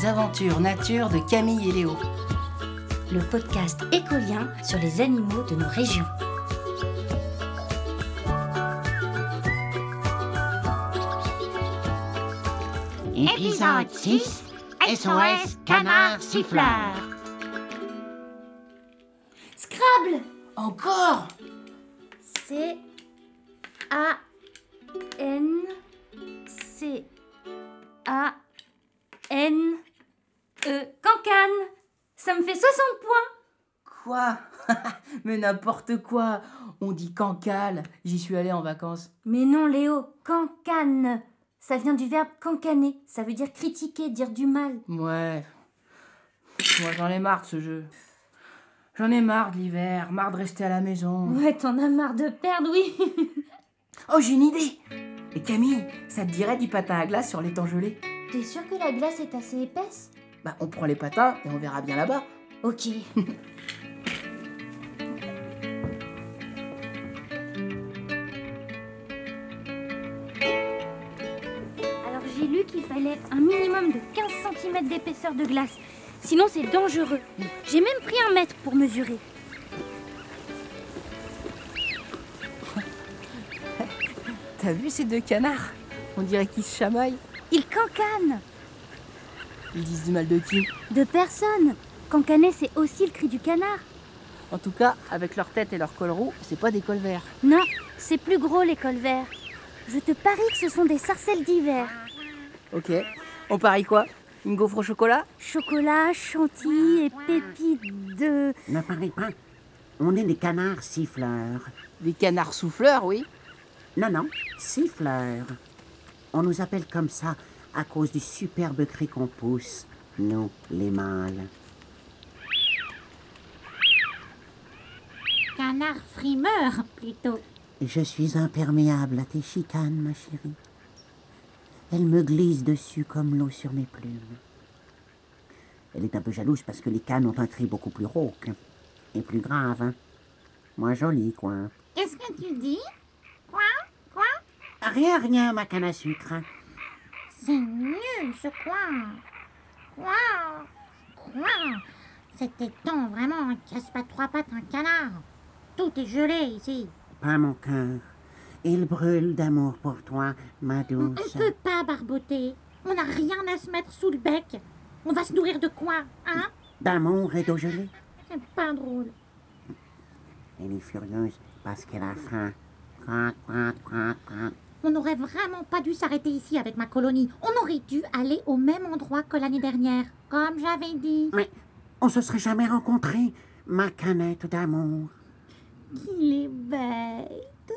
les aventures nature de Camille et Léo. Le podcast écolien sur les animaux de nos régions. Épisode 6, SOS Canard Siffleur. Scrabble! Encore? C-A-N-C-A-N-E. Cancane! Ça me fait 60 points! Quoi? Mais n'importe quoi. On dit cancale. J'y suis allée en vacances. Mais non, Léo, cancane. Ça vient du verbe cancaner. Ça veut dire critiquer, dire du mal. Ouais. Moi, j'en ai marre de ce jeu. J'en ai marre de l'hiver, marre de rester à la maison. Ouais, t'en as marre de perdre, oui. Oh, j'ai une idée. Et Camille, ça te dirait du patin à glace sur l'étang gelé? T'es sûr que la glace est assez épaisse? Bah, on prend les patins et on verra bien là-bas. Ok. Alors j'ai lu qu'il fallait un minimum de 15 cm d'épaisseur de glace. Sinon c'est dangereux. J'ai même pris un mètre pour mesurer. T'as vu ces deux canards? On dirait qu'ils se chamaillent. Ils cancanent. Ils disent du mal de qui? De personne. Cancaner c'est aussi le cri du canard. En tout cas, avec leur tête et leur col roux, c'est pas des cols verts. Non, c'est plus gros les cols verts. Je te parie que ce sont des sarcelles d'hiver. Ok. On parie quoi? Une gaufre au chocolat? Chocolat, chantilly et pépites de... Ne parie pas, on est des canards siffleurs. Des canards souffleurs, oui. Non, siffleurs. On nous appelle comme ça à cause du superbe cri qu'on pousse, nous, les mâles. Canard frimeur, plutôt. Je suis imperméable à tes chicanes, ma chérie. Elle me glisse dessus comme l'eau sur mes plumes. Elle est un peu jalouse parce que les cannes ont un cri beaucoup plus rauque et plus grave, hein. Moins joli, quoi. Qu'est-ce que tu dis? Quoi? Rien, ma canne à sucre. C'est nul, ce quoi? Cet étang, vraiment, casse pas trois pattes un canard. Tout est gelé ici. Pas mon cœur. Il brûle d'amour pour toi, ma On douce. peut pas barboter. On n'a rien à se mettre sous le bec. On va se nourrir de quoi, hein? D'amour et d'eau gelée. C'est pas drôle. Elle est furieuse parce qu'elle a faim. Croc. On n'aurait vraiment pas dû s'arrêter ici avec ma colonie. On aurait dû aller au même endroit que l'année dernière, comme j'avais dit. Mais on se serait jamais rencontrés, ma canette d'amour. Qu'il est bête.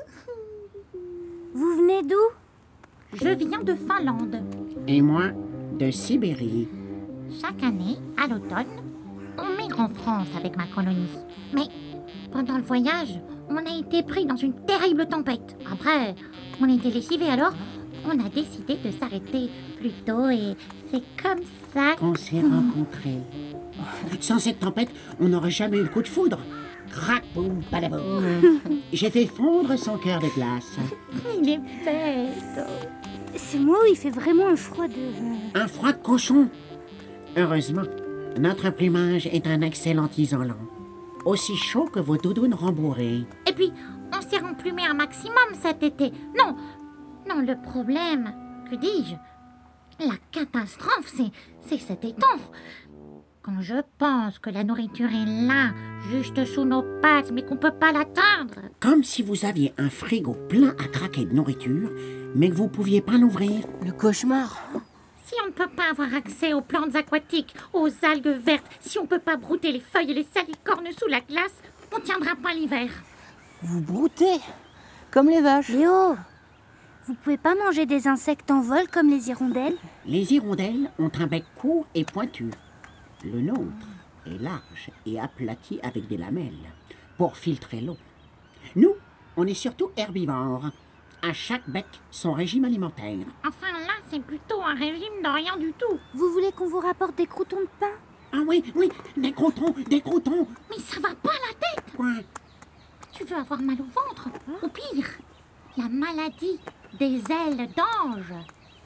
Vous venez d'où? Je viens de Finlande. Et moi, de Sibérie. Chaque année, à l'automne, on migre en France avec ma colonie. Mais pendant le voyage, on a été pris dans une terrible tempête. Après, on était lessivés, alors on a décidé de s'arrêter plus tôt et c'est comme ça Qu'on s'est rencontrés. Sans cette tempête, on n'aurait jamais eu le coup de foudre. Crac, boum, badaboum. J'ai fait fondre son cœur de glace. qu'il est bête. C'est moi où il fait vraiment un froid de... Un froid de cochon. Heureusement, notre plumage est un excellent isolant. Aussi chaud que vos doudounes rembourrées. Et puis, on s'est remplumé un maximum cet été. Non, le problème, que dis-je? La catastrophe, c'est cet étang. Quand je pense que la nourriture est là, juste sous nos pattes, mais qu'on peut pas l'atteindre. Comme si vous aviez un frigo plein à craquer de nourriture, mais que vous pouviez pas l'ouvrir. Le cauchemar. Si on ne peut pas avoir accès aux plantes aquatiques, aux algues vertes, si on peut pas brouter les feuilles et les salicornes sous la glace, on tiendra pas l'hiver. Vous broutez comme les vaches. Léo, vous pouvez pas manger des insectes en vol comme les hirondelles? Les hirondelles ont un bec court et pointu. Le nôtre est large et aplati avec des lamelles pour filtrer l'eau. Nous, on est surtout herbivores. À chaque bec, son régime alimentaire. Enfin là, c'est plutôt un régime de rien du tout. Vous voulez qu'on vous rapporte des croûtons de pain? Ah oui, des croutons. Mais ça va pas la tête. Quoi? Tu veux avoir mal au ventre? Ou pire, la maladie des ailes d'ange.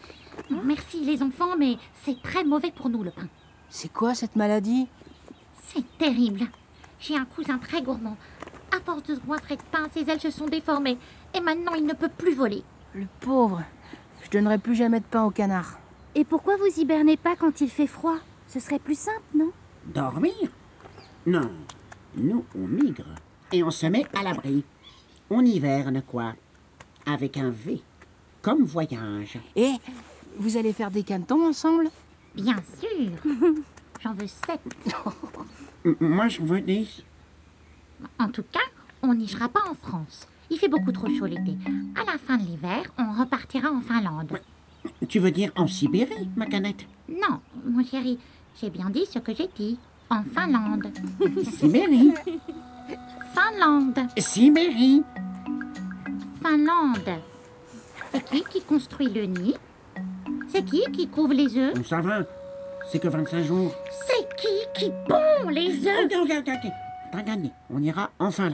Merci les enfants, mais c'est très mauvais pour nous le pain. C'est quoi cette maladie? C'est terrible. J'ai un cousin très gourmand. À force de se goinfrer de pain, ses ailes se sont déformées. Et maintenant, il ne peut plus voler. Le pauvre. Je donnerai plus jamais de pain au canard. Et pourquoi vous hibernez pas quand il fait froid? Ce serait plus simple, non? Dormir? Non. Nous, on migre. Et on se met à l'abri. On hiverne, quoi. Avec un V. Comme voyage. Et vous allez faire des cantons ensemble? Bien sûr. J'en veux 7. Moi, j'en veux 10. En tout cas, on n'ira pas en France. Il fait beaucoup trop chaud l'été. À la fin de l'hiver, on repartira en Finlande. Tu veux dire en Sibérie, ma canette? Non, mon chéri, j'ai bien dit ce que j'ai dit. En Finlande. Sibérie. Finlande. Sibérie. Finlande. C'est qui construit le nid? C'est qui couvre les œufs? Ça va. C'est que 25 jours. C'est qui pond les œufs? Ok. T'as gagné. On ira en Finlande.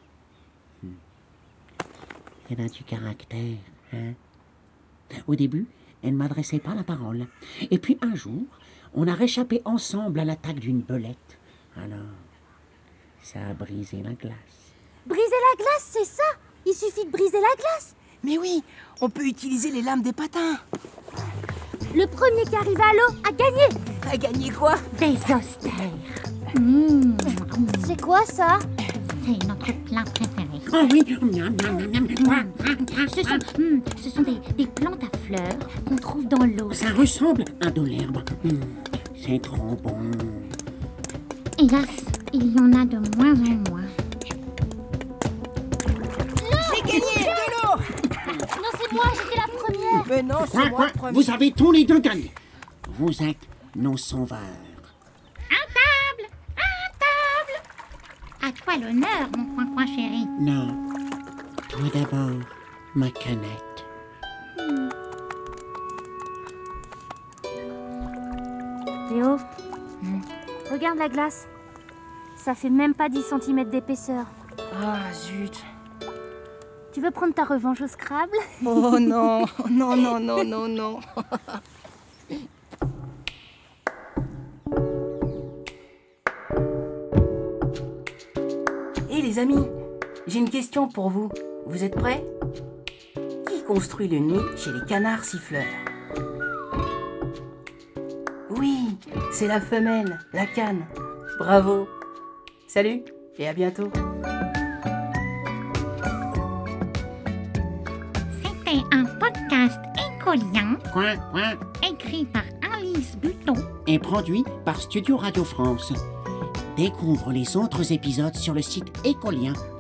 Il y a du caractère, hein? Au début, elle ne m'adressait pas la parole. Et puis un jour, on a réchappé ensemble à l'attaque d'une belette. Alors, ça a brisé la glace. Briser la glace, c'est ça? Il suffit de briser la glace. Mais oui, on peut utiliser les lames des patins. Le premier qui arrive à l'eau a gagné. À gagner quoi? Des austères. C'est quoi ça? C'est notre plat préféré. Oh oui, miam, miam, miam, miam. Ce sont des plantes à fleurs qu'on trouve dans l'eau. Ça ressemble à de l'herbe. C'est trop bon. Hélas, il y en a de moins en moins. J'ai gagné de l'eau. Non, c'est moi, j'étais la première. Mais non, c'est moi le premier. Vous avez tous les deux gagné. Vous êtes nos sauveurs. À toi l'honneur, mon coin chéri. Non. Toi d'abord, ma canette. Léo, regarde la glace. Ça fait même pas 10 cm d'épaisseur. Ah zut. Tu veux prendre ta revanche au Scrabble? Oh non, non. Hé les amis, j'ai une question pour vous. Vous êtes prêts? Qui construit le nid chez les canards siffleurs? Oui, c'est la femelle, la canne. Bravo. Salut et à bientôt. C'était un podcast écolien Quoi? écrit par Alice Buteau. Et produit par Studio Radio France. Découvre les autres épisodes sur le site écolien.fr.